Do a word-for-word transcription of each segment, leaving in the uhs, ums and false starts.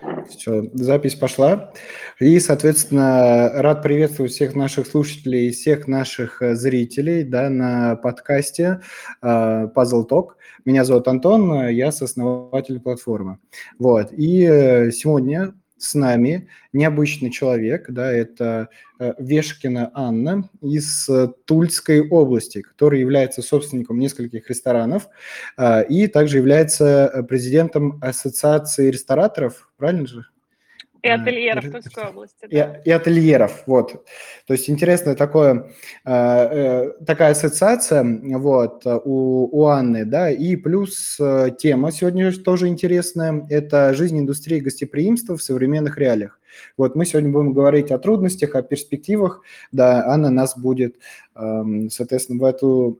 Все, запись пошла. И, соответственно, рад приветствовать всех наших слушателей и всех наших э, зрителей, да, на подкасте э, Puzzle Talk. Меня зовут Антон, э, я сооснователь платформы. Вот. И э, сегодня с нами необычный человек, да, это э, Вешкина Анна из э, Тульской области, который является собственником нескольких ресторанов э, и также является э, президентом Ассоциации рестораторов, правильно же? И А, ательеров р- Тульской области, И, да. и ательеров, вот. То есть интересная такое, э, э, такая ассоциация, вот, у, у Анны, да, и плюс э, тема сегодня тоже интересная, это жизнь индустрии гостеприимства в современных реалиях. Вот мы сегодня будем говорить о трудностях, о перспективах, да, Анна нас будет, эм, соответственно, в эту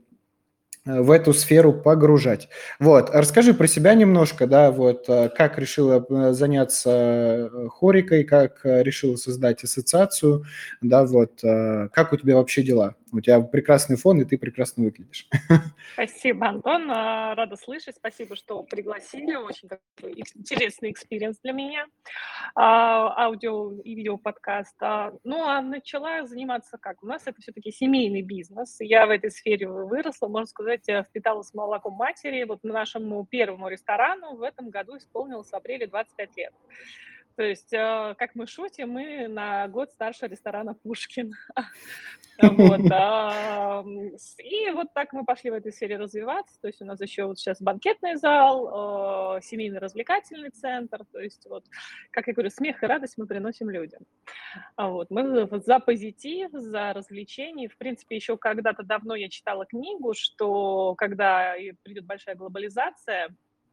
в эту сферу погружать. Вот, расскажи про себя немножко, да, вот, э, как решила э, заняться э, хорикой, как э, решила создать ассоциацию, да, вот, э, как у тебя вообще дела? У тебя прекрасный фон, и ты прекрасно выглядишь. Спасибо, Антон. а, Рада слышать. Спасибо, что пригласили. Очень такой ик- интересный экспириенс для меня. А, Аудио и видео подкаст. А, Ну, а начала заниматься как? У нас это все-таки семейный бизнес. Я в этой сфере выросла, можно сказать, я впиталась молоком матери. Вот нашему первому ресторану в этом году исполнилось в апреле двадцать пять лет. То есть, э, как мы шутим, мы на год старше ресторана «Пушкин». Вот, ам, с и вот так мы пошли в этой сфере развиваться. То есть у нас еще вот сейчас банкетный зал, э, семейный развлекательный центр. То есть вот, как я говорю, смех и радость мы приносим людям. А вот мы в за позитив, за развлечение. В принципе, еще когда-то давно я читала книгу, что когда и придет большая глобализация,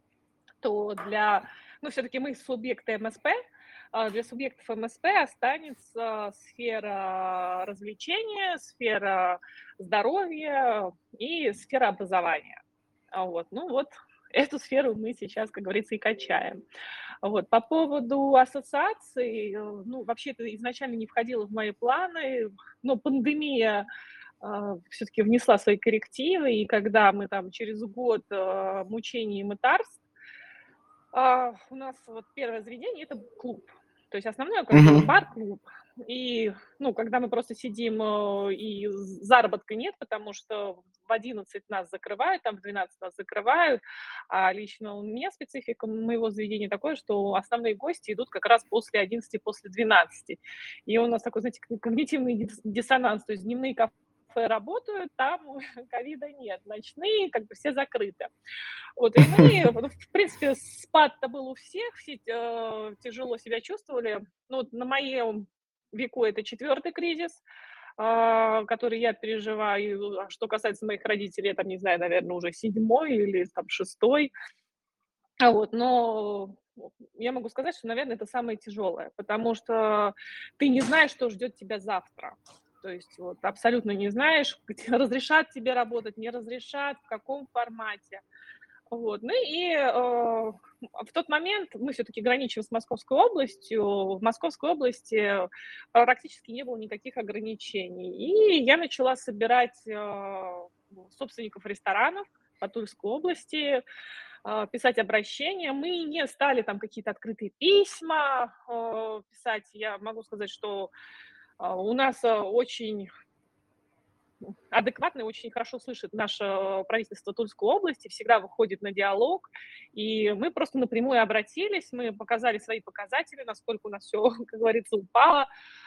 то для, ну, все-таки мы субъекты эм эс пэ, а для субъектов эм эс пэ останется сфера развлечения, сфера здоровья и сфера образования. А вот, ну вот, эту сферу мы сейчас, как говорится, и качаем. Вот. По поводу ассоциации, э, ну, вообще это изначально не входило в мои планы, но пандемия все-таки внесла свои коррективы, и когда мы там через год э, мучений и мытарств, а, у нас вот первое заведение — это клуб. То есть основное как бы Мгм. бар-клуб. И, ну, когда мы просто сидим, э, и заработка нет, потому что в одиннадцать нас закрывают, там в двенадцать нас закрывают, а лично у меня специфика моего заведения такое, что основные гости идут как раз после одиннадцати, после двенадцати. И у нас такой, знаете, когнитивный дис- диссонанс, то есть дневные кафе работают, там ковида нет, ночные как бы все закрыты. Вот, и мы, ну, в принципе, спад-то был у всех, все э, тяжело себя чувствовали. Ну, вот на моем веку это четвертый кризис, а, который я переживаю. А что касается моих родителей, я там, не знаю, наверное, уже седьмой или там шестой. А вот, но я могу сказать, что, наверное, это самое тяжелое, потому что ты не знаешь, что ждет тебя завтра. То есть вот абсолютно не знаешь, где разрешат тебе работать, не разрешат, в каком формате. Вот. Ну и э, в тот момент мы все-таки граничим с Московской областью. В Московской области э, практически не было никаких ограничений. И я начала собирать э, собственников ресторанов по Тульской области, э, писать обращения. Мы не стали там какие-то открытые письма э, писать. Я могу сказать, что э, у нас э, очень адекватно и очень хорошо слышит наше правительство Тульской области, всегда выходит на диалог, и мы просто напрямую обратились, мы показали свои показатели, насколько у нас все, как говорится, упало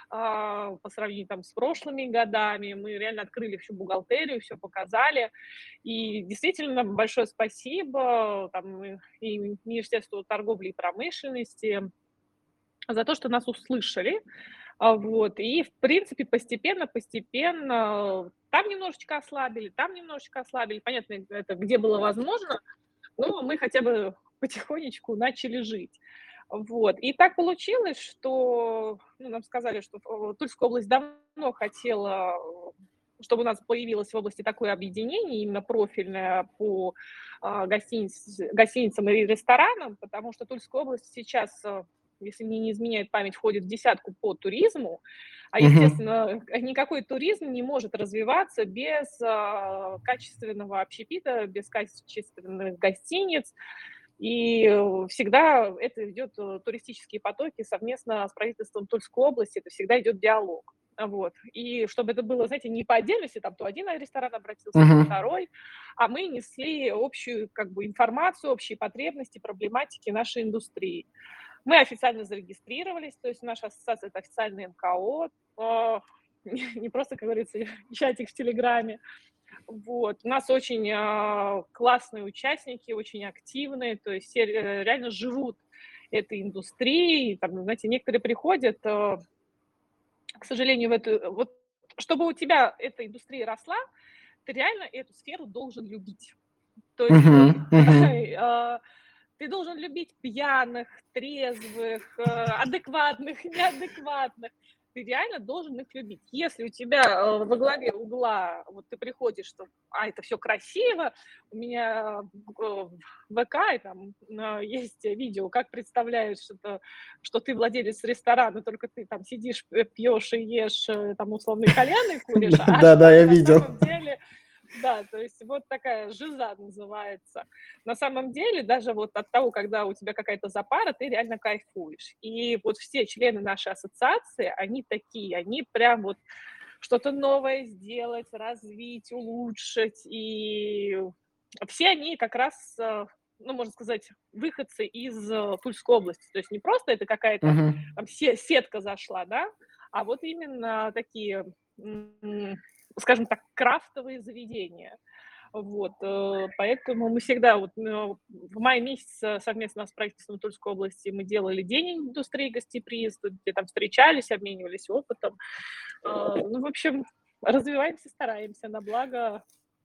а, по сравнению там с прошлыми годами, мы реально открыли всю бухгалтерию, все показали, и действительно большое спасибо там, и Министерству торговли и промышленности за то, что нас услышали. А, вот, и, в принципе, постепенно, постепенно там немножечко ослабили, там немножечко ослабили. Понятно, это где было возможно, но мы хотя бы потихонечку начали жить. Вот. И так получилось, что ну, нам сказали, что э, Тульская область давно хотела, э, чтобы у нас появилось в области такое объединение, именно профильное по а, гостиниц, гостиницам и ресторанам, потому что Тульская область сейчас, э, если мне не изменяет память, входит в десятку по туризму, а, Мгм. естественно, никакой туризм не может развиваться без а, качественного общепита, без качественных гостиниц. И э, всегда это идет э, туристические потоки совместно с правительством Тульской области, это всегда идет диалог. А, Вот. И чтобы это было, знаете, не по отдельности, там то один ресторан обратился, то Мгм. второй, а мы несли общую как бы информацию, общие потребности, проблематики нашей индустрии. Мы официально зарегистрировались, то есть наша ассоциация – это официальный эн ка о, а, не просто, как говорится, чатик в Телеграме. Вот. У нас очень а, классные участники, очень активные, то есть все э, реально живут этой индустрией. Там, знаете, некоторые приходят, э, к сожалению, в эту... Вот, чтобы у тебя эта индустрия росла, ты реально эту сферу должен любить. То есть вот Мгм. Мгм. а, ты должен любить пьяных, трезвых, э, адекватных, неадекватных. Ты реально должен их любить. Если у тебя э, во главе угла, вот ты приходишь, что, а, это все красиво, у меня э, в вэ ка и там э, есть видео, как представляют, что, что ты владелец ресторана, только ты там сидишь, э, пьешь и ешь, э, там условно кальяны куришь, а Да, да, что я ты на видел. самом деле да, то есть вот такая жиза называется. На самом деле, даже вот от того, когда у тебя какая-то запара, ты реально кайфуешь. И вот все члены нашей ассоциации, они такие, они прям вот что-то новое сделать, развить, улучшить. И все они как раз, э, ну, можно сказать, выходцы из э, Тульской области. То есть не просто это какая-то Мгм. там се- сетка зашла, да, а вот именно такие, м, скажем так, крафтовые заведения. Вот, э, поэтому мы всегда вот, ну, в мае месяце совместно с правительством Тульской области мы делали день индустрии гостеприимства, где там встречались, обменивались опытом. Э, ну, в общем, развиваемся, стараемся на благо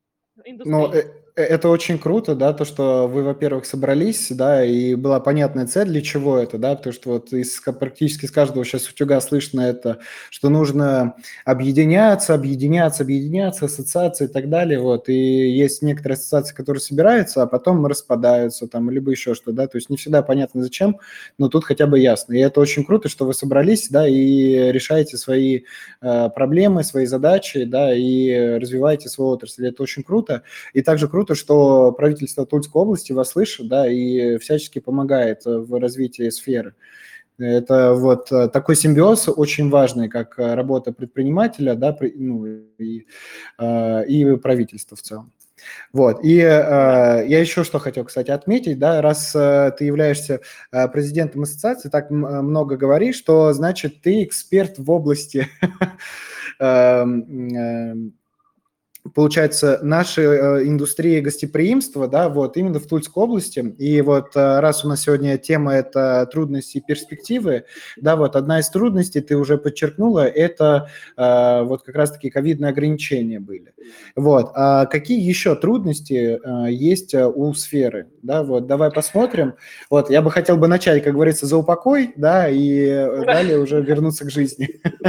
Ну, индустрии. э, э, это очень круто, да, то, что вы, во-первых, собрались, да, и была понятная цель, для чего это, да, потому что вот из ка- практически с каждого сейчас утюга слышно это, что нужно объединяться, объединяться, объединяться, ассоциации и так далее, вот, и есть некоторые ассоциации, которые собираются, а потом распадаются, там, либо еще что, да, то есть не всегда понятно зачем, но тут хотя бы ясно, и это очень круто, что вы собрались, да, и решаете свои э, проблемы, свои задачи, да, и развиваете свою отрасль, это очень круто. И также круто, что правительство Тульской области вас слышит, да, и всячески помогает э, в развитии сферы. Это вот э, такой симбиоз очень важный, как э, работа предпринимателя, да, при- ну, и, э, и правительства в целом. Вот. И э, Да. я еще что хотел, кстати, отметить, да, раз э, ты являешься э, президентом ассоциации, так м- э, много говоришь, что значит ты эксперт в области эм, эм, получается, нашей э, индустрии гостеприимства, да, вот именно в Тульской области. И вот э, раз у нас сегодня тема – это трудности и перспективы, да, вот одна из трудностей, ты уже подчеркнула, это э, вот как раз-таки ковидные ограничения были. Вот. А какие еще трудности э, есть э, у сферы? Да, вот давай посмотрим. Вот я бы хотел бы начать, как говорится, за упокой, да, и э, далее уже вернуться к жизни.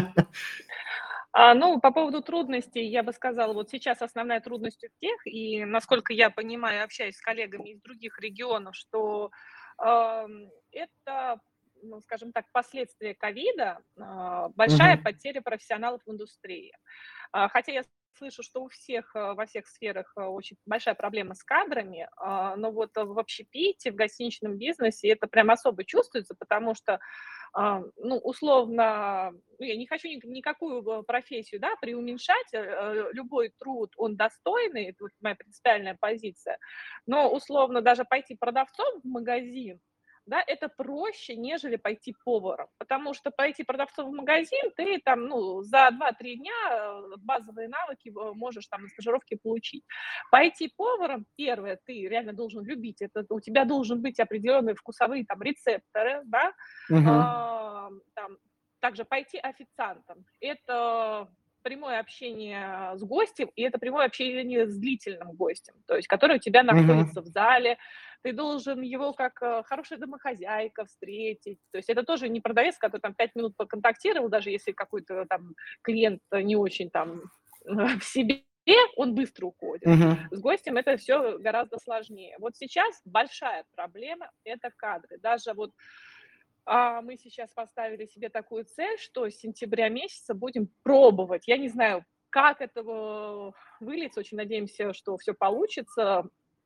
А, ну, по поводу трудностей, я бы сказала, вот сейчас основная трудность у всех, и насколько я понимаю, общаюсь с коллегами из других регионов, что ам, это, ну, скажем так, последствия ковида, а, большая Мгм. потеря профессионалов в индустрии. А, Хотя я слышу, что у всех, э, во всех сферах э, очень большая проблема с кадрами, а, но вот э, в общепите, в гостиничном бизнесе это прям особо чувствуется, потому что, а, ну, условно, ну, я не хочу ни- никакую э, профессию, да, преуменьшать, э, э, любой труд, он достойный, это вот моя принципиальная позиция, но условно даже пойти продавцом в магазин, да, это проще, нежели пойти поваром. Потому что пойти продавцом в магазин, ты там, ну, за два-три дня э, базовые навыки э, можешь там на стажировке получить. Пойти поваром, первое, ты реально должен любить это, у тебя должен быть определенные вкусовые там рецепторы, да, Мгм. а, там, также пойти официантом. Это прямое общение с гостем, и это прямое общение с длительным гостем, то есть который у тебя Мгм. находится в зале, ты должен его как э, хорошая домохозяйка встретить. То есть это тоже не продавец, который там пять минут поконтактировал, даже если какой-то там клиент не очень там в себе, он быстро уходит. Мгм. С гостем это все гораздо сложнее. Вот сейчас большая проблема – это кадры. Даже вот а, мы сейчас поставили себе такую цель, что с сентября месяца будем пробовать. Я не знаю, как это э, выльется, очень надеемся, что все получится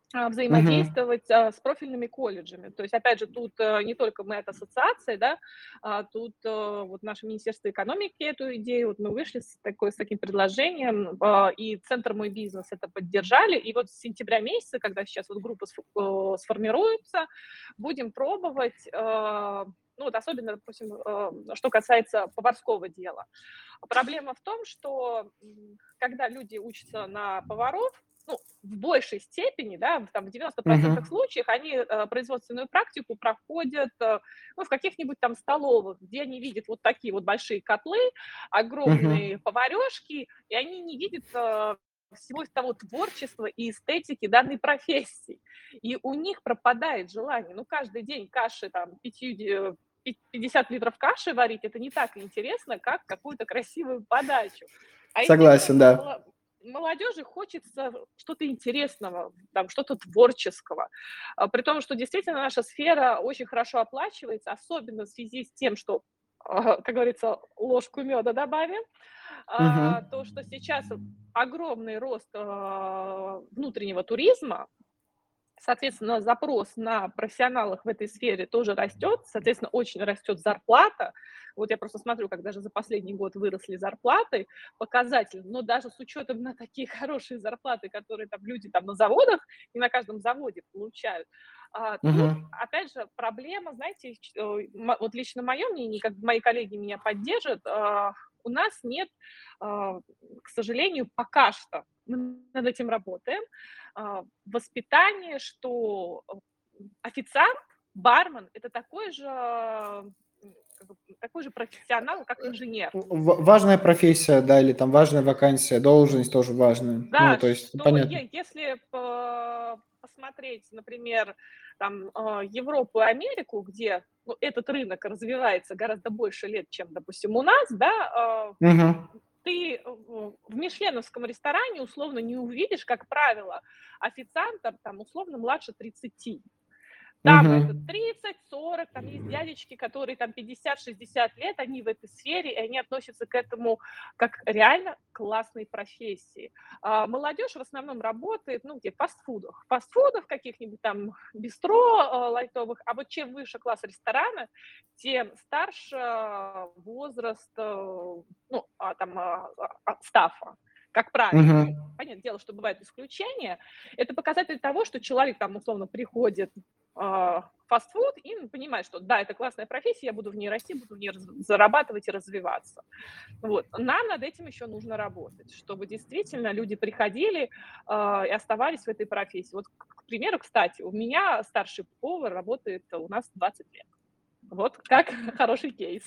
а, Мгм. взаимодействовать, а, с профильными колледжами. То есть, опять же, тут, э, не только мы от ассоциации, да, а тут, э, вот наше Министерство экономики эту идею, вот мы вышли с такой с таким предложением, а, и Центр "Мой бизнес" это поддержали. И вот с сентября месяца, когда сейчас вот группа сф э, сформируется, будем пробовать, э, ну, вот особенно, допустим, э, что касается поварского дела. Проблема в том, что, м, когда люди учатся на поваров, ну, в большей степени, да, в там в девяноста процентах Мгм. случаев они, э, производственную практику проходят, э, ну, в каких-нибудь там столовых, где они видят вот такие вот большие котлы, огромные Мгм. поварёшки, и они не видят, э, всего того творчества и эстетики данной профессии. И у них пропадает желание. Ну, каждый день каши там пятью де пи пятьдесят литров каши варить — это не так интересно, как какую-то красивую подачу. А естественно, Согласен, м да. мало молодежи хочется что-то интересного, там, что-то творческого. А, при том, что действительно наша сфера очень хорошо оплачивается, особенно в связи с тем, что, а, как говорится, ложку меда добавим. А, Мгм. то, что сейчас огромный рост, а, внутреннего туризма, соответственно, запрос на профессионалов в этой сфере тоже растет, соответственно, очень растет зарплата. Вот я просто смотрю, как даже за последний год выросли зарплаты показательно, но даже с учетом на такие хорошие зарплаты, которые там люди там на заводах и на каждом заводе получают, а, тут, Мгм. опять же, проблема, знаете, ч э, м вот лично мое мнение, как бы мои коллеги меня поддержат, а, у нас нет, а, к сожалению, пока что, мы над этим работаем, а, воспитание, что, э, официант, бармен — это такой же, м, как бы, такой же профессионал, как инженер. В важная профессия, да, или там важная вакансия, должность тоже важная. Ну, Да, то есть, что понятно. е если по посмотреть, например, там, а, Европу и Америку, где, ну, этот рынок развивается гораздо больше лет, чем, допустим, у нас, да, а, Мгм. ты, э, в в мишленовском ресторане условно не увидишь, как правило, официанта там условно младше тридцати. Там это Мгм. тридцать сорок, там есть дядечки, которые там пятьдесят шестьдесят лет, они в этой сфере, и они относятся к этому как реально классной профессии. А молодежь в основном работает, ну, где, в фастфудах. Фастфудах каких-нибудь там, бистро, а, лайтовых. А вот чем выше класс ресторана, тем старше возраст, э, ну, а, там, а, а, стаффа, как правило. Ну, Мгм. понятное дело, что бывают исключения. Это показатель того, что человек там условно приходит, а, фастфуд и понимает, что да, это классная профессия, я буду в ней расти, буду в ней раз зарабатывать и развиваться. Вот. Нам над этим еще нужно работать, чтобы действительно люди приходили, а, и оставались в этой профессии. Вот, к к примеру, кстати, у меня старший повар работает у нас двадцать лет. Вот как хороший кейс.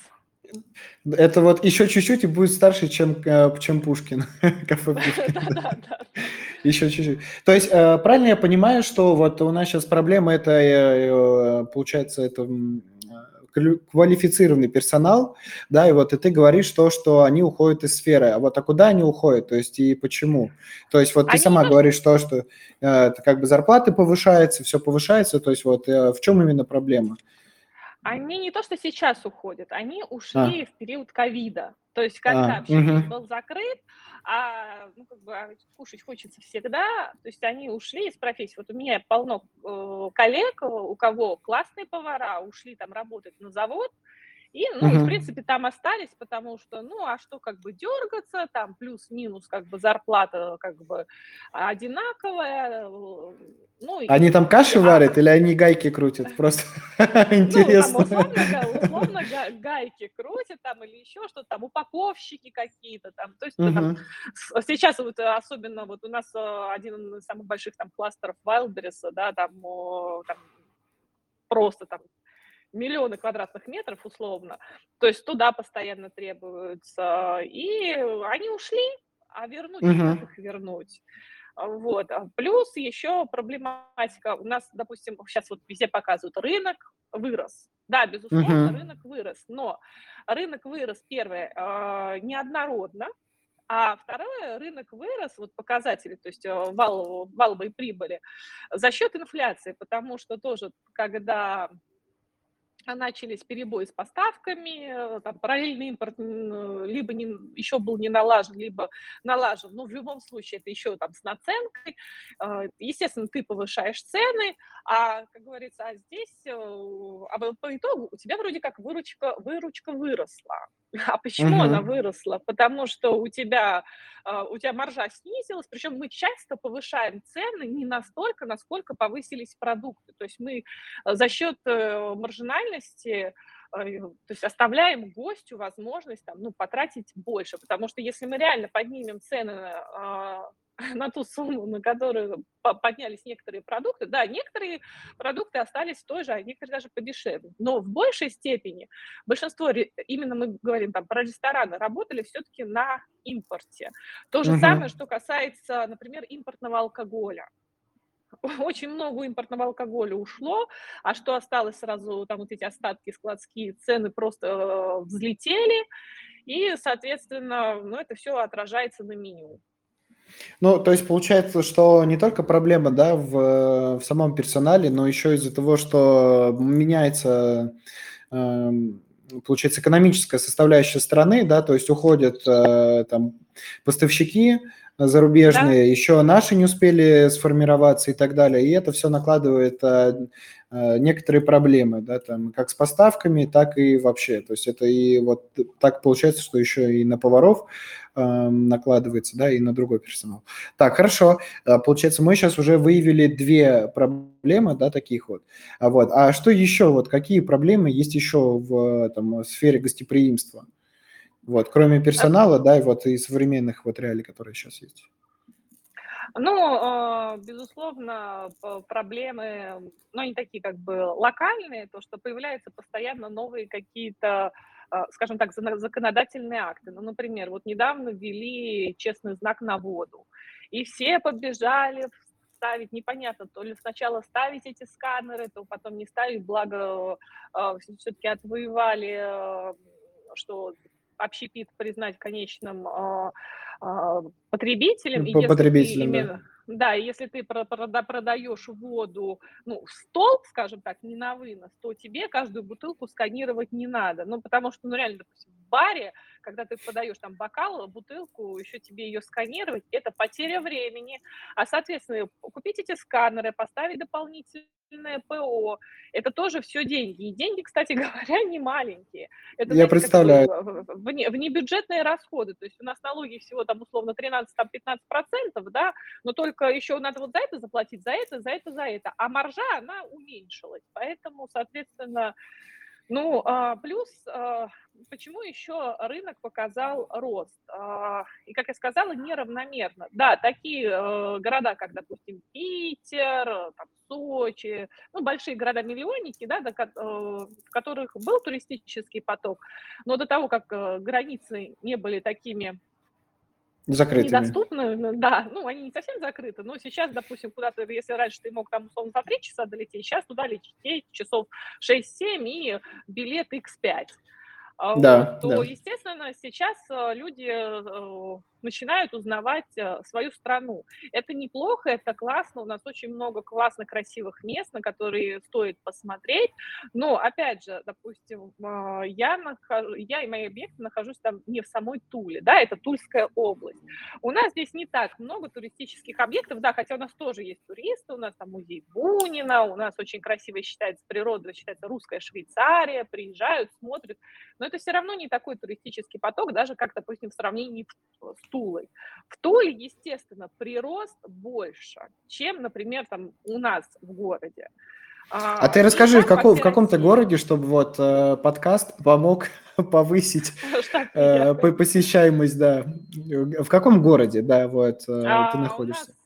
Это вот еще чуть-чуть и будет старше, чем, э, чем Пушкин, кафе Пушкин, да. Да-да-да-да. Еще чуть-чуть. То есть, э, правильно я понимаю, что вот у нас сейчас проблема — это, э, э, получается, это, м, э, клю квалифицированный персонал, да, и вот и ты говоришь то, что они уходят из сферы. А вот, а куда они уходят? То есть и почему? То есть вот ты Они не сама то что говоришь то, что, э, это как бы зарплаты повышаются, все повышается. То есть вот, э, в чем именно проблема? Они не то что сейчас уходят, они ушли А, в период ковида. То есть когда а, общепит мгм, был закрыт, а, ну, как бы, а ведь кушать хочется всегда, то есть они ушли из профессии. Вот у меня полно, э, коллег, э, у кого классные повара, ушли там работать на завод, и, ну, и, в мгм. принципе, там остались, потому что, ну, а что как бы дергаться, там плюс-минус как бы зарплата как бы одинаковая, э, ну, Они и, там и каши а варят или они гайки крутят? Просто ну, там интересно. условно га условно га гайки крутят там или еще что-то там, упаковщики какие-то там. То есть это там Мгм, с сейчас вот, э, особенно вот у нас, э, один из самых больших там кластеров Wildberries, да, там, о, там просто там миллионы квадратных метров условно. То есть туда постоянно требуются. И они ушли, а вернуть, ну как мгм, их вернуть? А, вот. А плюс еще проблематика. У нас, допустим, сейчас вот везде показывают, рынок вырос. Да, безусловно, мгм, рынок вырос, но рынок вырос, первое, а, неоднородно, а второе, рынок вырос, вот показатели, то есть э, вал, валовой прибыли, за счет инфляции, потому что тоже, когда начались перебои с поставками, там параллельный импорт либо не, еще был не налажен, либо налажен. Но в любом случае это еще там с наценкой. Естественно, ты повышаешь цены, а, как говорится, а здесь, а по итогу у тебя вроде как выручка, выручка выросла. А почему она Мгм. выросла? Потому что у тебя, у тебя маржа снизилась, причем мы часто повышаем цены не настолько, насколько повысились продукты. То есть мы за счет маржинальности, то есть оставляем гостю возможность там, ну, потратить больше, потому что если мы реально поднимем цены а, на ту сумму, на которую поднялись некоторые продукты, да, некоторые продукты остались в той же, а некоторые даже подешевле, но в большей степени большинство, именно мы говорим там про рестораны, работали все-таки на импорте. То же самое, Мгм. что касается, например, импортного алкоголя. Очень много импортного алкоголя ушло, а что осталось сразу, там вот эти остатки складские, цены просто э, взлетели, и, соответственно, ну, это все отражается на меню. Ну, то есть получается, что не только проблема, да, в, в самом персонале, но еще из-за того, что меняется, эм, получается, экономическая составляющая страны, да, то есть уходят э, там поставщики Да, зарубежные, еще наши не успели сформироваться и так далее, и это все накладывает э, э, некоторые проблемы, да, там, как с поставками, так и вообще, то есть это и вот так получается, что еще и на поваров эм, накладывается, да, и на другой персонал. Так, хорошо. А, Получается, мы сейчас уже выявили две проблемы, да, таких вот. А вот. А что еще, вот какие проблемы есть еще в там, сфере гостеприимства? Вот, кроме э, персонала, да, и вот и современных вот реалий, которые сейчас есть. ну, э, безусловно, п- проблемы, ну, они такие как бы локальные, то, что появляются постоянно новые какие-то, э, скажем так, зана- законодательные акты. Ну, например, вот недавно ввели честный знак на воду, и все побежали ставить, непонятно, то ли сначала ставить эти сканеры, то потом не ставить, благо все-таки отвоевали, э, что общепит признать конечным э, э, потребителем, и По если ты потребителям, да. именно, да, и если ты про- прода- продаешь воду, ну, в стол, скажем так, не на вынос, то тебе каждую бутылку сканировать не надо. Ну, потому что, ну, реально, допустим, в баре, когда ты подаешь там бокал, бутылку, еще тебе ее сканировать, это потеря времени. А, соответственно, купить эти сканеры, поставить дополнительное ПО, это тоже все деньги. И деньги, кстати говоря, не маленькие. Это, Я знаете, как представляю. э, вне, внебюджетные расходы. То есть у нас налоги всего там условно тринадцать-пятнадцать процентов, да, но только еще надо вот за это заплатить, за это, за это, за это. А маржа, она уменьшилась. Поэтому, соответственно, ну, а, плюс, а, почему еще рынок показал рост? А, и, как я сказала, неравномерно. Да, такие э, города, как, допустим, Питер, э, там, Сочи, ну, большие города-миллионники, да, до ко- э, в которых был туристический поток, но до того, как э, границы не были такими Закрытыми. недоступны, ну да, ну, они не совсем закрыты, но сейчас, допустим, куда-то, если раньше ты мог там, условно, за три часа долететь, сейчас туда лететь часов шесть-семь и билет икс пять. А, вот, Да, то, да. естественно, сейчас э, люди э, начинают узнавать э, свою страну. Это неплохо, это классно, у нас очень много классных, красивых мест, на которые стоит посмотреть, но, опять же, допустим, а, я, нахожу, я и мои объекты нахожусь там не в самой Туле, да, это Тульская область. У нас здесь не так много туристических объектов, да, хотя у нас тоже есть туристы, у нас там музей Бунина, у нас очень красиво считается природа, считается русская Швейцария, приезжают, смотрят, но это все равно не такой туристический поток, даже как, допустим, в сравнении с Тулой. В Туле, естественно, прирост больше, чем, например, там у нас в городе. А А, ты и расскажи, в, так по каком, в всей каком-то России. городе, чтобы вот э, подкаст помог повысить Штат э, по- приехать. посещаемость, да. В каком городе, да, вот э, ты А, у нас находишься?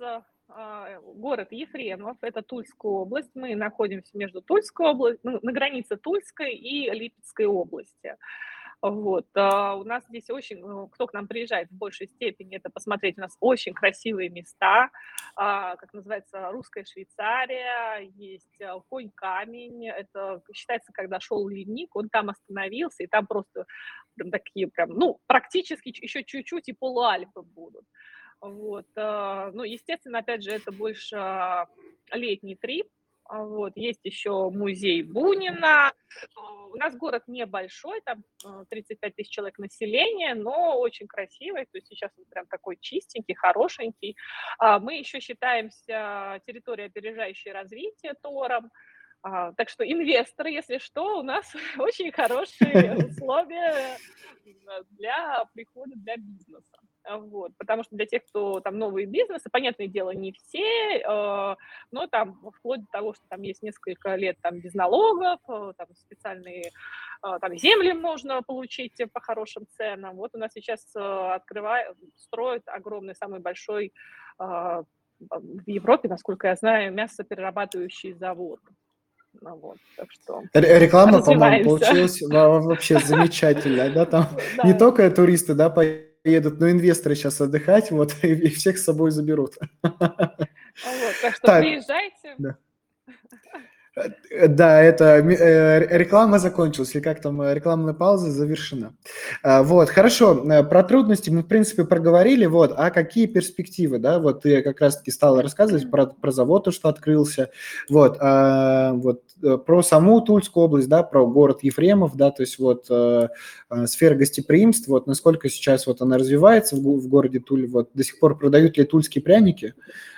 а, город Ефремов, это Тульская область. Мы находимся между Тульской областью, ну, на границе Тульской и Липецкой области. Вот. А у нас здесь очень, ну, кто к нам приезжает в большей степени, это посмотреть, у нас очень красивые места, а, как называется, русская Швейцария, есть а, Конь-Камень, это считается, когда шел ледник, он там остановился, и там просто прям такие прям, ну, практически еще чуть-чуть и полуальпы будут. Вот. а, Ну, естественно, опять же, это больше а, летний трип, А, вот. Есть еще музей Бунина. А, У нас город небольшой, там а, тридцать пять тысяч человек населения, но очень красивый. То есть сейчас он прям такой чистенький, хорошенький. А, Мы еще считаемся территорией, опережающей развитие ТОРом. А, Так что инвесторы, если что, у нас очень хорошие условия м, для прихода для бизнеса. А, Вот, потому что для тех, кто там новые бизнесы, понятное дело, не все, э, но там вплоть до того, что там есть несколько лет там без налогов, э, там специальные э, там земли можно получить по хорошим ценам. Вот у нас сейчас э, открывают, строят огромный, самый большой э, в Европе, насколько я знаю, мясоперерабатывающий завод. Ну вот, так что Р- Реклама, по-моему, развиваемся. получилась во- вообще замечательная, да, там не Да. только туристы, да, поедут, но инвесторы сейчас отдыхать, вот, и и всех с собой заберут. Вот, так что Так, приезжайте. да. Э, Да, это ми- э, р- реклама закончилась, или как там, э, рекламная пауза завершена. А, Вот, хорошо, э, про трудности мы, в принципе, проговорили, вот, а какие перспективы, да, вот ты как раз-таки стала рассказывать про, про завод, то, что открылся, вот, а, вот, э, про саму Тульскую область, да, про город Ефремов, да, то есть вот э, э, сфера гостеприимства, вот, насколько сейчас вот она развивается в, го- в городе Туле, вот, до сих пор продают ли тульские пряники?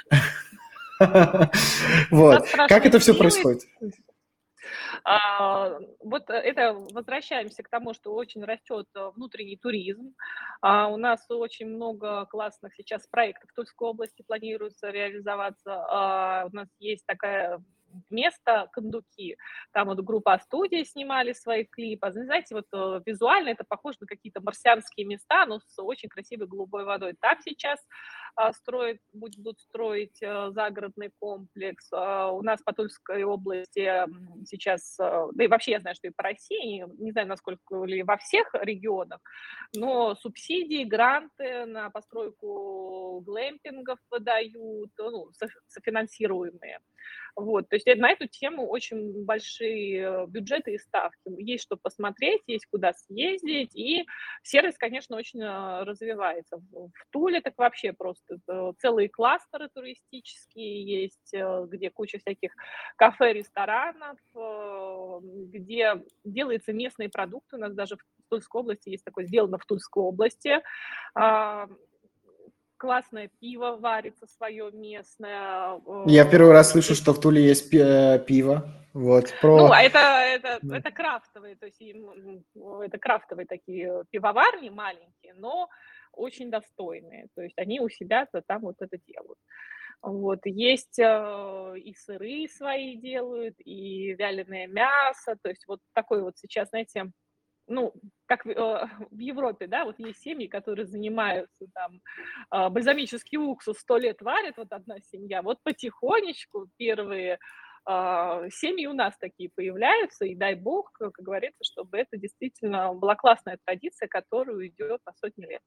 Со Вот, как страшной это все силой. происходит? А, Вот э, это возвращаемся к тому, что очень растет э, внутренний туризм. А, У нас очень много классных сейчас проектов в Тульской области планируется реализоваться. А, У нас есть такая место Кондуки, там вот группа студии снимали свои клипы. Знаете, вот э, визуально это похоже на какие-то марсианские места, но с очень красивой голубой водой. Там сейчас а, строят, будут строить э, загородный комплекс. А, У нас по Тульской области м, сейчас, э, да и вообще я знаю, что и по России, не знаю, насколько ли во всех регионах, но субсидии, гранты на постройку глэмпингов выдают, ну, соф- софинансируемые. Вот, то есть э, на эту тему очень большие э, бюджеты и ставки. Есть что посмотреть, есть куда съездить, и сервис, конечно, очень э, развивается. В, в Туле так вообще просто э, целые кластеры туристические есть, э, где куча всяких кафе, ресторанов, э, где делаются местные продукты. У нас даже в Тульской области есть такое «Сделано в Тульской области». А, Классное пиво варится свое местное. Я в первый раз э, То слышу, есть что в Туле есть пи- э, пиво. Вот, ну, про... а это, это, Да. это крафтовые, то есть им, м, это крафтовые такие пивоварни маленькие, но очень достойные. То есть они у себя-то там вот это делают. Вот. Есть э, и сыры свои делают, и вяленое мясо. То есть вот такой вот сейчас, знаете, ну, как в, э, в Европе, да, вот есть семьи, которые занимаются там э, бальзамический уксус сто лет варят, вот одна семья, вот потихонечку первые э, семьи у нас такие появляются, и дай бог, как говорится, чтобы это действительно была классная традиция, которая идет на сотни лет.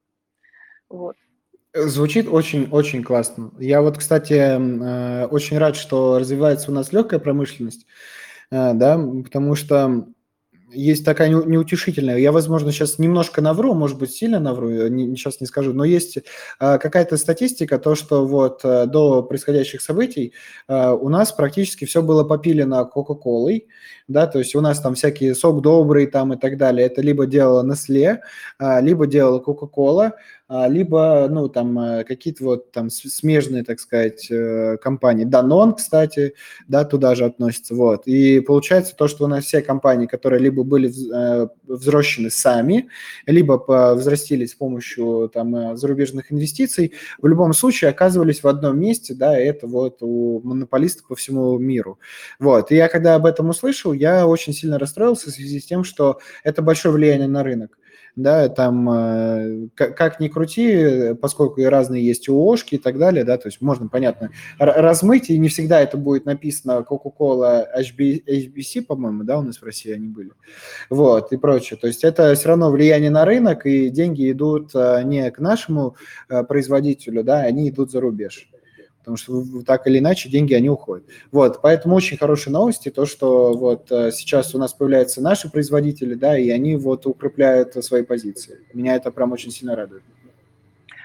Вот. Звучит очень-очень классно. Я вот, кстати, м, э, очень рад, что развивается у нас легкая промышленность, э, да, м, потому что есть такая неу- неутешительная, я, возможно, сейчас немножко навру, может быть, сильно навру, э, не, сейчас не скажу, но есть э, какая-то статистика, то, что вот э, до происходящих событий э, у нас практически все было попилено Кока-Колой, да, то есть у нас там всякие сок добрый там и так далее, это либо делала Nestle, э, либо делала Coca-Cola, а, либо, ну, там, э, какие-то вот там с- смежные, так сказать, э, компании. Danone, кстати, да, туда же относится, вот. И получается то, что у нас все компании, которые либо были вз- э, взращены сами, либо по- взрастились с помощью там э, зарубежных инвестиций, в любом случае оказывались в одном месте, да, и это вот у монополистов по всему миру. Вот. И я когда об этом услышал, я очень сильно расстроился в связи с тем, что это большое влияние на рынок. Да, там э, как, как ни крути, поскольку и разные есть ООшки и так далее, да, то есть можно, понятно, р- размыть, и не всегда это будет написано Coca-Cola эйч би, эйч би си, по-моему, да, у нас в России они были, вот, и прочее. То есть это все равно влияние на рынок, и деньги идут э, не к нашему э, производителю, да, они идут за рубеж. Потому что в- так или иначе деньги, они уходят. Вот, поэтому очень хорошие новости, то, что вот э, сейчас у нас появляются наши производители, да, и они вот укрепляют свои позиции. Меня это прям очень сильно радует.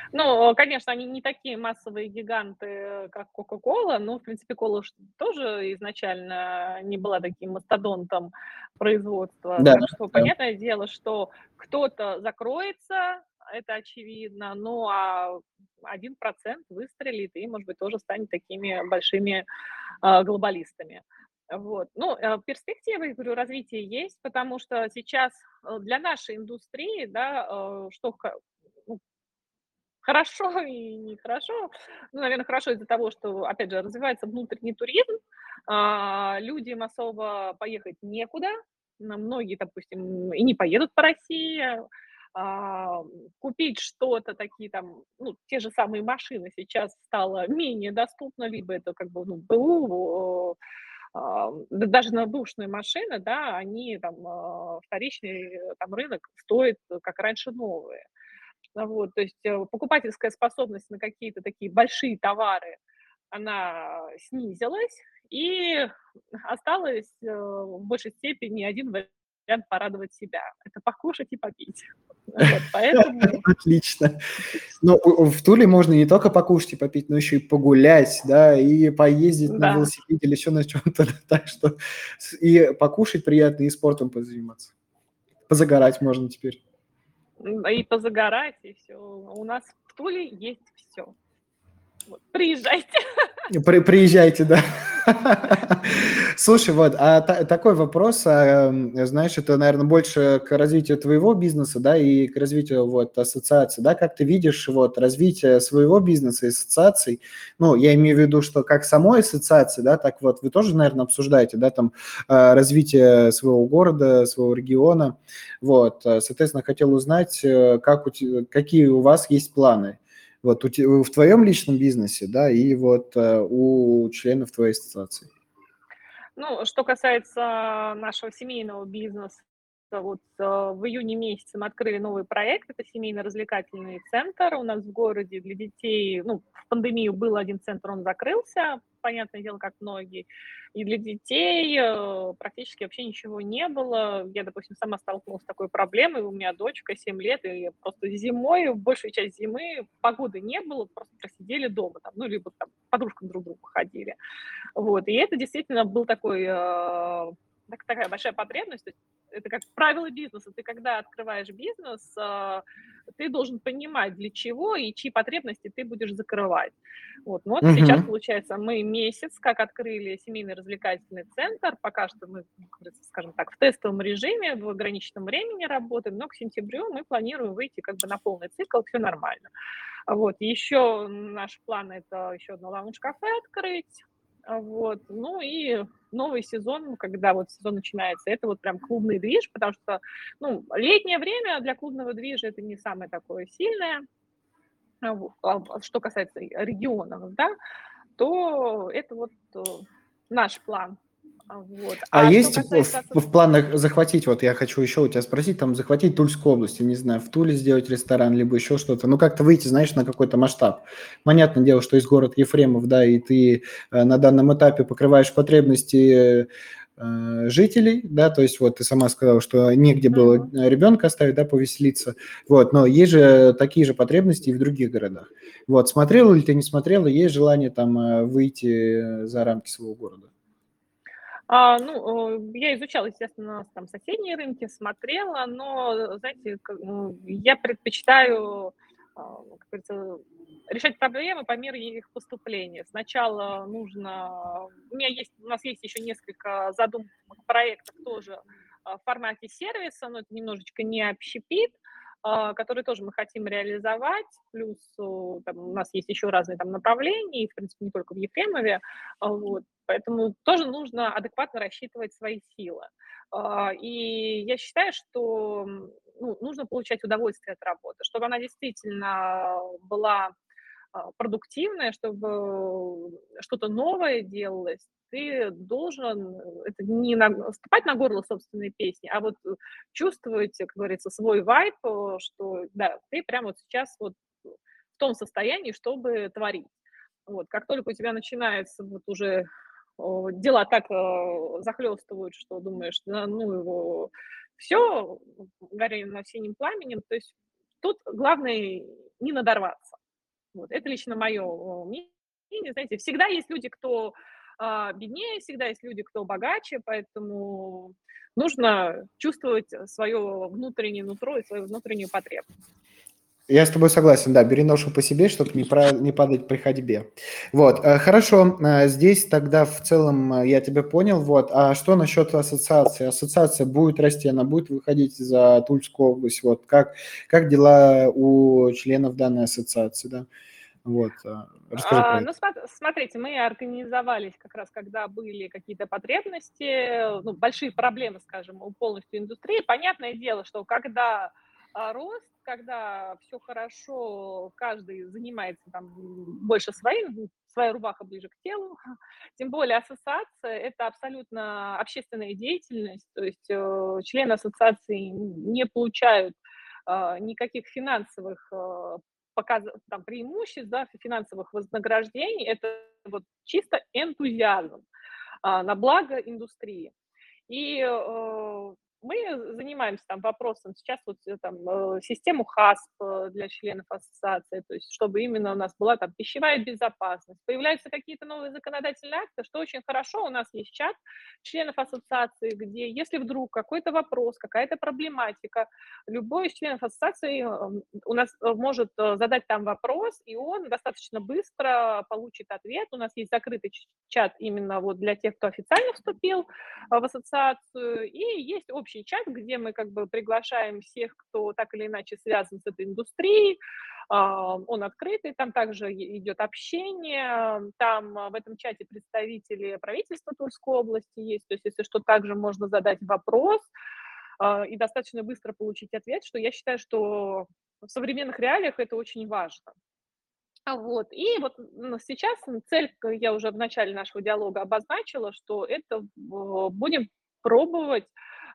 Ну, конечно, они не такие массовые гиганты, как Coca-Cola, но, в принципе, кола ж тоже изначально не была таким мастодонтом производства. Да, Так что да. понятное дело, что кто-то закроется, это очевидно, ну, а один процент выстрелит и, может быть, тоже станет такими большими, а, глобалистами. Вот. Ну, э, перспективы, говорю, развития есть, потому что сейчас, э, для нашей индустрии, да, э, что ха ну, хорошо и нехорошо. Ну, наверно, хорошо из-за того, что, опять же, развивается внутренний туризм, а, людям особо поехать некуда. На многие, допустим, и не поедут по России. А, купить что-то, такие там, ну, те же самые машины сейчас стало менее доступно, либо это как бы, ну, БУ, а, да даже на бэушные машины, да, они там, а, вторичный там рынок стоит, как раньше, новые. А, вот, то есть, э, покупательская способность на какие-то такие большие товары, она снизилась, и осталось, э, в большей степени один вариант порадовать себя- это покушать и попить. Вот, поэтому Отлично. Но у в Туле можно не только покушать и попить, но еще и погулять, да, и поездить на Да. велосипеде или еще на чём-то. Так что с и покушать приятно, и спортом позаниматься. Позагорать можно теперь. М, и позагорать, и всё. У нас в Туле есть всё. Вот, приезжайте. При приезжайте, да. Слушай, вот, а та такой вопрос, а, м, знаешь, это, наверно, больше к развитию твоего бизнеса, да, и к развитию вот ассоциации, да. Как ты видишь вот развитие своего бизнеса и ассоциаций? Ну, я имею в виду, что как самой ассоциации, да, так вот вы тоже, наверно, обсуждаете, да, там, а, развитие своего города, своего региона. Вот, э, соответственно, хотел узнать, э, как у те какие у вас есть планы вот у те в твоем личном бизнесе, да, и вот, э, у членов твоей ассоциации. Ну, что касается нашего семейного бизнеса, вот, э, в июне месяце мы открыли новый проект. Это семейно-развлекательный центр у нас в городе для детей. Ну, в пандемию был один центр, он закрылся, понятное дело, как многие. И для детей, э, практически вообще ничего не было. Я, допустим, сама столкнулась с такой проблемой. У меня дочка семь лет, и просто зимой, большую часть зимы погоды не было, просто просидели дома там, ну, либо там к подружкам друг к другу ходили. Вот, и это действительно был такой, э, так такая большая потребность. То есть это как правило бизнеса. Ты когда открываешь бизнес, а, ты должен понимать, для чего и чьи потребности ты будешь закрывать. Вот, ну, вот сейчас, Мгм. получается, мы месяц как открыли семейный развлекательный центр. Пока что мы, как говорится, скажем так, в тестовом режиме, в ограниченном времени работаем, но к сентябрю мы планируем выйти как бы на полный цикл, всё нормально. Вот, еще наш план- это еще одно лаунж-кафе открыть. А, вот, ну и новый сезон, когда вот сезон начинается, это вот прям клубный движ, потому что, ну, летнее время для клубного движа- это не самое такое сильное. А, во а, что касается регионов, да, то это вот, э, наш план. А, вот. А А что есть в касается в асоц в планах захватить, вот я хочу еще у тя спросить, там, захватить Тульскую область, я не знаю, в Туле сделать ресторан, либо еще что-то, ну, как-то выйти, знаешь, на какой-то масштаб? Понятное дело, что есть город Ефремов, да, и ты, э, на данном этапе покрываешь потребности, э, жителей, да, то есть вот ты сама сказала, что негде было, Мгм. э, ребенка оставить, да, повеселиться. Вот, но есть же такие же потребности и в других городах. Вот, смотрела ли ты, не смотрела, есть желание там, э, выйти за рамки своего города? А, ну, э, я изучала, естественно, там соседние рынки, смотрела, но, знаете, как, ну, я предпочитаю, а, как говорится, решать проблемы по мере их поступления. Сначала нужно у меня есть у нас есть еще несколько задумок проектов тоже, а, в формате сервиса, но это немножечко не общепит, а, который тоже мы хотим реализовать. Плюс, у там у нас есть еще разные там направления, и, в принципе, не только в Ефремове. А, вот, поэтому тоже нужно адекватно рассчитывать свои силы. А, и я считаю, что, м, ну, нужно получать удовольствие от работы, чтобы она действительно была, а, продуктивная, чтобы что-то новое делалось. Ты должен, это не на наступать на горло собственной песни, а вот чувствовать, как говорится, свой вайб, э, что да, ты прямо вот сейчас вот в том состоянии, чтобы творить. Вот, как только у тебя начинается вот уже, о, дела так, э, захлестывают, что думаешь: "Да ну его, всё, гори оно синим пламенем". То есть тут главный не надорваться. Вот. Это лично мое мнение. Знаете, всегда есть люди, кто а, беднее, всегда есть люди, кто богаче, поэтому нужно чувствовать свое внутреннее нутро и свою внутреннюю потребность. Я с тобой согласен, да, бери ношу по себе, чтобы не, про, не падать при ходьбе. Вот, э, хорошо, э, здесь тогда в целом э, я тебя понял, вот, а что насчет ассоциации? Ассоциация будет расти, она будет выходить за Тульскую область, вот, как, как дела у членов данной ассоциации, да? Вот, э, расскажи про А, это. ну, сма- смотрите, мы организовались как раз, когда были какие-то потребности, ну, большие проблемы, скажем, у полностью индустрии. Понятное дело, что когда а, рост, когда все хорошо, каждый занимается там м, больше своим, ну, своя рубаха ближе к телу. Тем более ассоциация– это абсолютно общественная деятельность, то есть э, члены ассоциации не получают а, никаких финансовых э, показ там, преимуществ, да, финансовых вознаграждений. Это вот чисто энтузиазм а, на благо индустрии. И э, мы занимаемся там вопросом сейчас вот э, там э, систему хасп э, для членов ассоциации, то есть чтобы именно у нас была там пищевая безопасность. Появляются какие-то новые законодательные акты, что очень хорошо. У нас есть чат членов ассоциации, где если вдруг какой-то вопрос, какая-то проблематика, любой из членов ассоциации э, у нас э, может э, задать там вопрос, и он достаточно быстро получит ответ. У нас есть закрытый ч- чат именно вот для тех, кто официально вступил в ассоциацию, и есть общий чат, где мы как бы приглашаем всех, кто так или иначе связан с этой индустрией, а, он открытый, там также идет общение, там а, в этом чате представители правительства Тульской области есть, то есть если что, также можно задать вопрос а, и достаточно быстро получить ответ, что я считаю, что в современных реалиях это очень важно. А, вот. И вот м, сейчас цель, к- я уже в начале нашего диалога обозначила, что это в- будем пробовать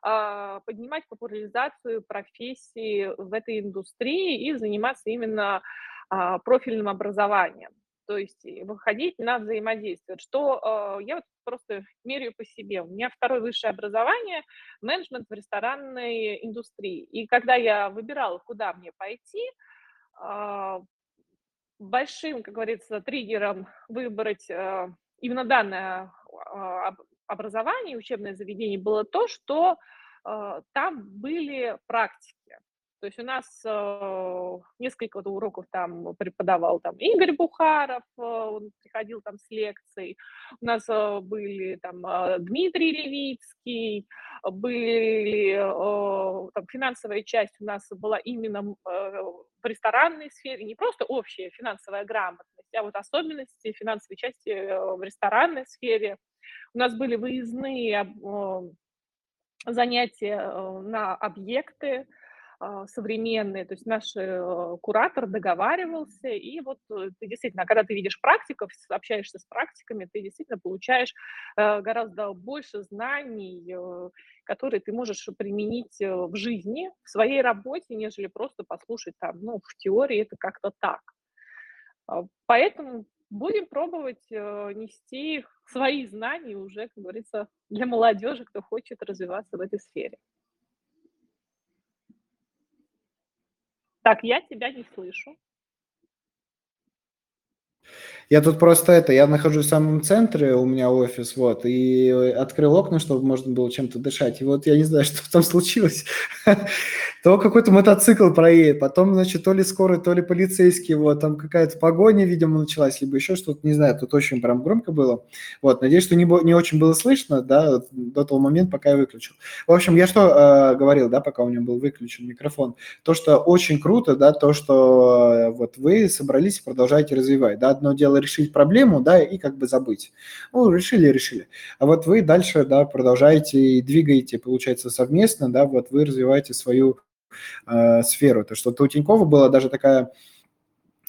а, поднимать популяризацию профессии в этой индустрии и заниматься именно а, профильным образованием. То есть и выходить на взаимодействие. Что а, я вот просто меряю по себе. У меня второе высшее образование, менеджмент в ресторанной индустрии. И когда я выбирала, куда мне пойти, а, большим, как говорится, триггером выбрать, э, именно данное, а, об образование, учебное заведение было то, что, э, там были практики. То есть у нас, э, несколько вот уроков там преподавал там Игорь Бухаров, э, он приходил там с лекцией. У нас, э, были там, э, Дмитрий Левицкий, были, э, там финансовая часть у нас была именно, м, э, в ресторанной сфере, не просто общая финансовая грамотность, а вот особенности финансовой части э, в ресторанной сфере. У нас были выездные об- э, занятия э, на объекты а, современные, то есть наш э, куратор договаривался, и вот э, ты действительно, когда ты видишь практиков, с- общаешься с практиками, ты действительно получаешь э, гораздо больше знаний, э, которые ты можешь применить э, в жизни, в своей работе, нежели просто послушать там, ну, в теории это как-то так. А, Поэтому будем пробовать э, нести свои знания уже, как говорится, для молодежи, кто хочет развиваться в этой сфере. Так, я тебя не слышу. Я тут просто это, я нахожусь в самом центре, у меня офис, вот, и открыл окна, чтобы можно было чем-то дышать. И вот я не знаю, что там случилось. То какой-то мотоцикл проедет, потом, значит, то ли скорый, то ли полицейский, вот, там какая-то погоня, видимо, началась, либо еще что-то, не знаю, тут очень прям громко было. Вот, надеюсь, что не, бо- не очень было слышно, да, вот до того момента, пока я выключил. В общем, я что э, говорил, да, пока у меня был выключен микрофон, то, что очень круто, да, то, что э, вот вы собрались и продолжаете развивать, да, одно дело решить проблему, да, и как бы забыть. Ну, решили, решили. А вот вы дальше, да, продолжаете и двигаете, получается, совместно, да, вот вы развиваете свою э, сферу. То, что у Тинькова была даже такая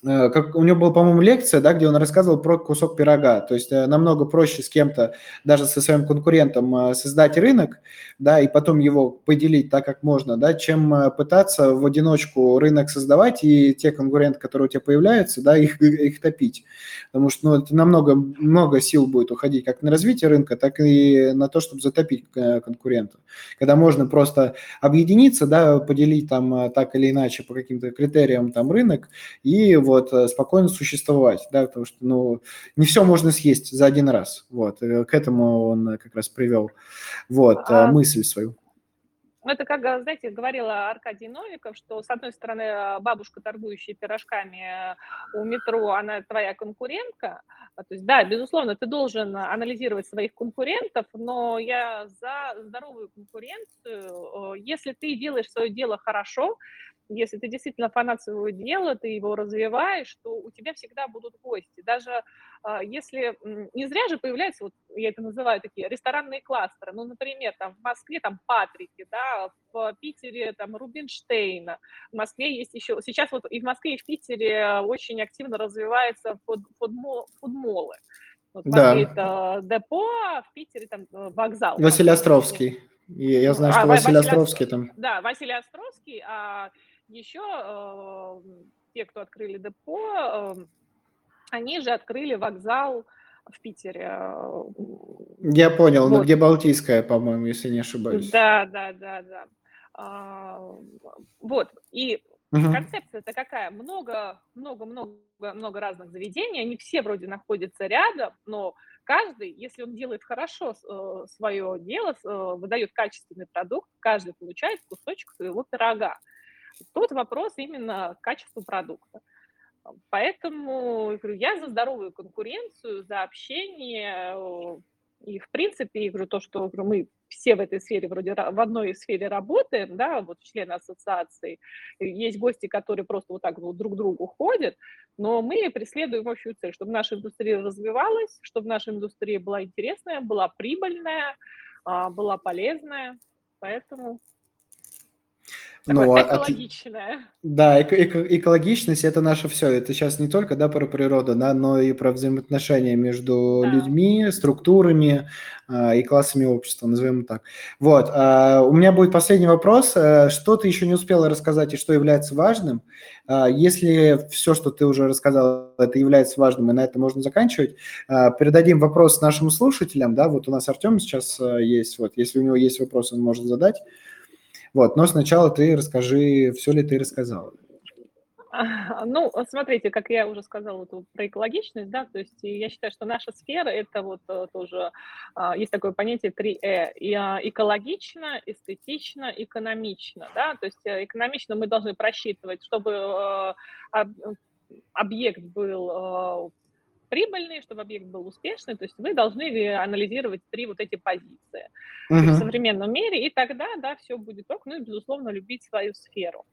э, как у него была, по-моему, лекция, да, где он рассказывал про кусок пирога. То есть э, намного проще с кем-то, даже со своим конкурентом, э, создать рынок, да, и потом его поделить так, как можно, да, чем э, пытаться в одиночку рынок создавать и те конкуренты, которые у тебя появляются, да, их, их топить. Потому что, ну, это намного много сил будет уходить как на развитие рынка, так и на то, чтобы затопить э, конкурента. Когда можно просто объединиться, да, поделить там э, так или иначе по каким-то критериям там рынок и вот э, спокойно существовать, да, потому что, ну, не все можно съесть за один раз, вот, э, к этому он э, как раз привел, вот, э, А, мысль свою. Это, как, э, знаете, говорила Аркадий Новиков, что, с одной стороны, э, бабушка, торгующая пирожками э, у метро, она твоя конкурентка. А, То есть, да, безусловно, ты должен анализировать своих конкурентов, но я за здоровую конкуренцию. Э, Если ты делаешь свое дело хорошо, если ты действительно фанат своего дела, ты его развиваешь, то у тебя всегда будут гости. Даже а, если м, не зря же появляются, вот я это называю такие ресторанные кластеры, ну, например, там в Москве там Патрики, да, в Питере там Рубинштейна, в Москве есть еще, сейчас вот и в Москве, и в Питере очень активно развиваются фуд, фудмо- фудмолы. Вот в Москве Да, это депо, а в Питере там э, вокзал, Василий по-моему, точнее. Островский. И я знаю, А, что Ва- Василий Василий Остро... Островский там. Да, Василий Островский, а еще э, те, кто открыли депо, э, они же открыли вокзал в Питере. э, Я понял, ну Вот, где Балтийская, по-моему, если не ошибаюсь. да, да, да, да. А, Вот, и Мгм. концепция-то какая? Много, много, много, много разных заведений, они все вроде находятся рядом, но каждый, если он делает хорошо э, свое дело, с- э, выдает качественный продукт, каждый получает кусочек своего пирога. Тут вопрос именно к качеству продукта. Поэтому я говорю, я за здоровую конкуренцию, за общение. э, И, в принципе, я говорю, то, что говорю, мы все в этой сфере, вроде ра- в одной сфере работаем, да, вот члены ассоциации, и есть гости, которые просто вот так вот друг к другу ходят, но мы преследуем общую цель, чтобы наша индустрия развивалась, чтобы наша индустрия была интересная, была прибыльная, а, была полезная, поэтому такое Ну, а- от- экологичное. Да, эко- эко- экологичность – это наше все. Это сейчас не только, да, про природу, да, но и про взаимоотношения между Да. людьми, структурами а, и классами общества, назовем так. Вот. а, У меня будет последний вопрос. Э, Что ты еще не успела рассказать и что является важным? А, Если все, что ты уже рассказал, это является важным, и на это можно заканчивать, а, передадим вопрос нашим слушателям, да, вот у нас Артем сейчас а, есть, вот, если у него есть вопрос, он может задать. Вот, но сначала ты расскажи, все ли ты рассказала. А, Ну, вот смотрите, как я уже сказала вот тут про экологичность, да, то есть и я считаю, что наша сфера – это вот э, тоже, а, есть такое понятие три Э, и, а, экологично, эстетично, экономично, да, то есть э, экономично мы должны просчитывать, чтобы э, об- объект был э, прибыльный, чтобы объект был успешный, то есть вы должны э, анализировать три вот эти позиции и в Мгм. современном мире, и тогда, да, все будет ок, ну и, безусловно, любить свою сферу.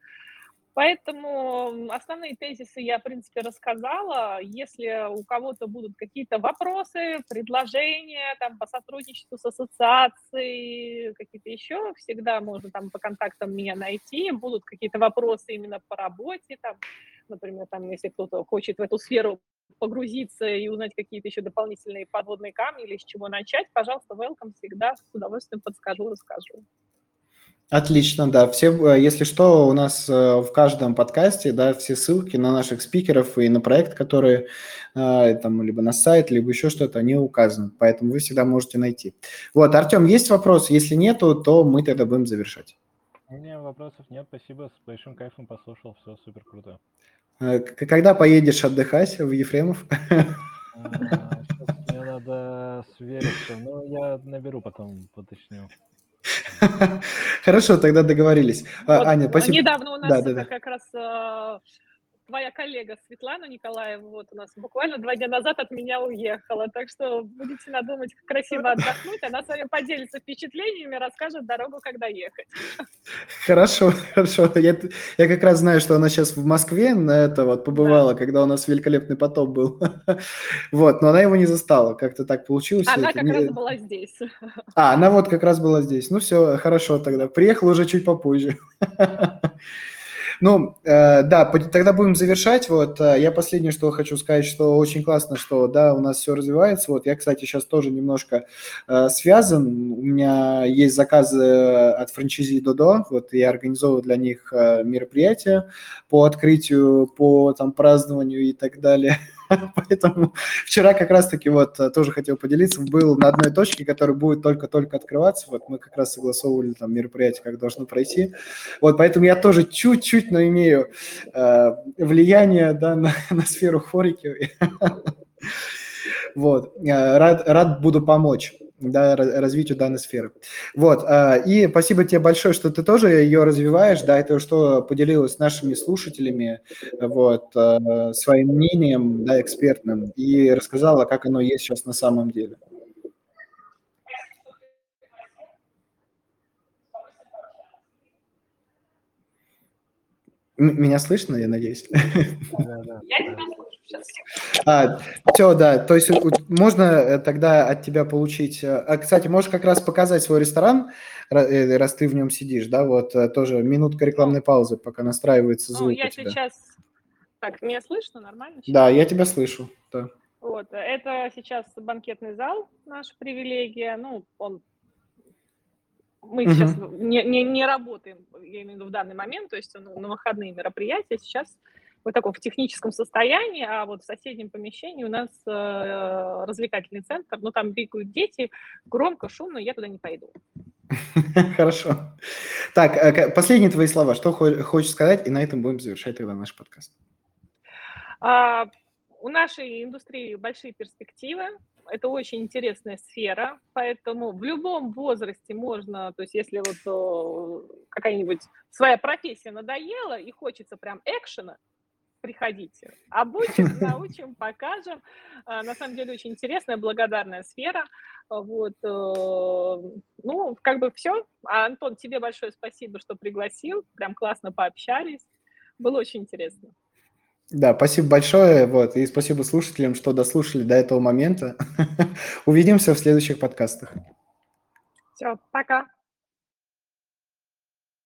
Поэтому основные тезисы я, в принципе, рассказала. Если у кого-то будут какие-то вопросы, предложения там, по сотрудничеству с ассоциацией, какие-то еще, всегда можно там по контактам меня найти. Будут какие-то вопросы именно по работе, там, например, там, если кто-то хочет в эту сферу погрузиться и узнать какие-то еще дополнительные подводные камни или с чего начать, пожалуйста, welcome, всегда с удовольствием подскажу, расскажу. Отлично, да. Все, э, если что, у нас э, в каждом подкасте, да, все ссылки на наших спикеров и на проект, которые э, там либо на сайт, либо еще что-то, они указаны. Поэтому вы всегда можете найти. Вот, Артем, есть вопрос? Если нету, то мы тогда будем завершать. У меня вопросов нет, спасибо, с большим кайфом послушал, все супер круто. Э, к- Когда поедешь отдыхать в Ефремов? Сейчас мне надо свериться, но я наберу потом, уточню. Хорошо, тогда договорились. А, Вот Аня, э, спасибо. недавно у нас Да, да, это да. как раз э, твоя коллега Светлана Николаева, вот у нас буквально два дня назад от меня уехала, так что будете надумать, как красиво отдохнуть, она с вами поделится впечатлениями, расскажет дорогу, когда ехать. Хорошо, хорошо. Я, я как раз знаю, что она сейчас в Москве, на это вот Да. побывала, когда у нас великолепный потоп был. Вот, но она его не застала, как-то так получилось. Она Это как раз не- была здесь. А, она вот как раз была здесь. Ну все, хорошо тогда. Приехала уже чуть попозже. Ну, э, да, по- тогда будем завершать. Вот э, я последнее, что хочу сказать, что очень классно, что да, у нас все развивается. Вот я, кстати, сейчас тоже немножко э, связан. У меня есть заказы от франчайзи Додо. Вот я организовываю для них э, мероприятия по открытию, по там празднованию и так далее. Поэтому вчера как раз-таки вот э, тоже хотел поделиться, был на одной точке, которая будет только-только открываться. Вот мы как раз согласовывали там мероприятие, как должно пройти. Вот поэтому я тоже чуть-чуть, но имею э, влияние, да, на, на сферу хорики. Вот, э, рад, рад буду помочь, да, ра- развитию данной сферы. Вот, э, и спасибо тебе большое, что ты тоже ее развиваешь, да, это что поделилась с нашими слушателями, вот, э, своим мнением, да, экспертным, и рассказала, как оно есть сейчас на самом деле. М- Меня слышно, я надеюсь? Да, да, Я да. тебя слышу сейчас. А, все, да, то есть у- можно э, тогда от тебя получить... э, а, кстати, можешь как раз показать свой ресторан, ра- э, раз ты в нем сидишь, да, вот э, тоже минутка Ну, рекламной паузы, пока настраивается ну, звук у я тебя. сейчас... Так, меня слышно нормально сейчас? Да, я тебя слышу, да. Вот, это сейчас банкетный зал, наша привилегия. Ну, он, мы сейчас Мгм. не, не, не работаем, я имею в виду в данный момент, то есть он на выходные мероприятия сейчас в таком в техническом состоянии, а вот в соседнем помещении у нас э, развлекательный центр, ну, там бегают дети, громко, шумно, я туда не пойду. Хорошо. Так, э, к- последние твои слова, что хо- хочешь сказать, и на этом будем завершать тогда наш подкаст. А, у нашей индустрии большие перспективы. Это очень интересная сфера, поэтому в любом возрасте можно, то есть если вот о, какая-нибудь своя профессия надоела и хочется прям экшена, приходите, обучим, научим, покажем. А, на самом деле очень интересная, благодарная сфера. А, Вот, э, ну, как бы все. А, Антон, тебе большое спасибо, что пригласил. Прям классно пообщались. Было очень интересно. Да, спасибо большое, вот, и спасибо слушателям, что дослушали до этого момента. Увидимся в следующих подкастах. Все, пока.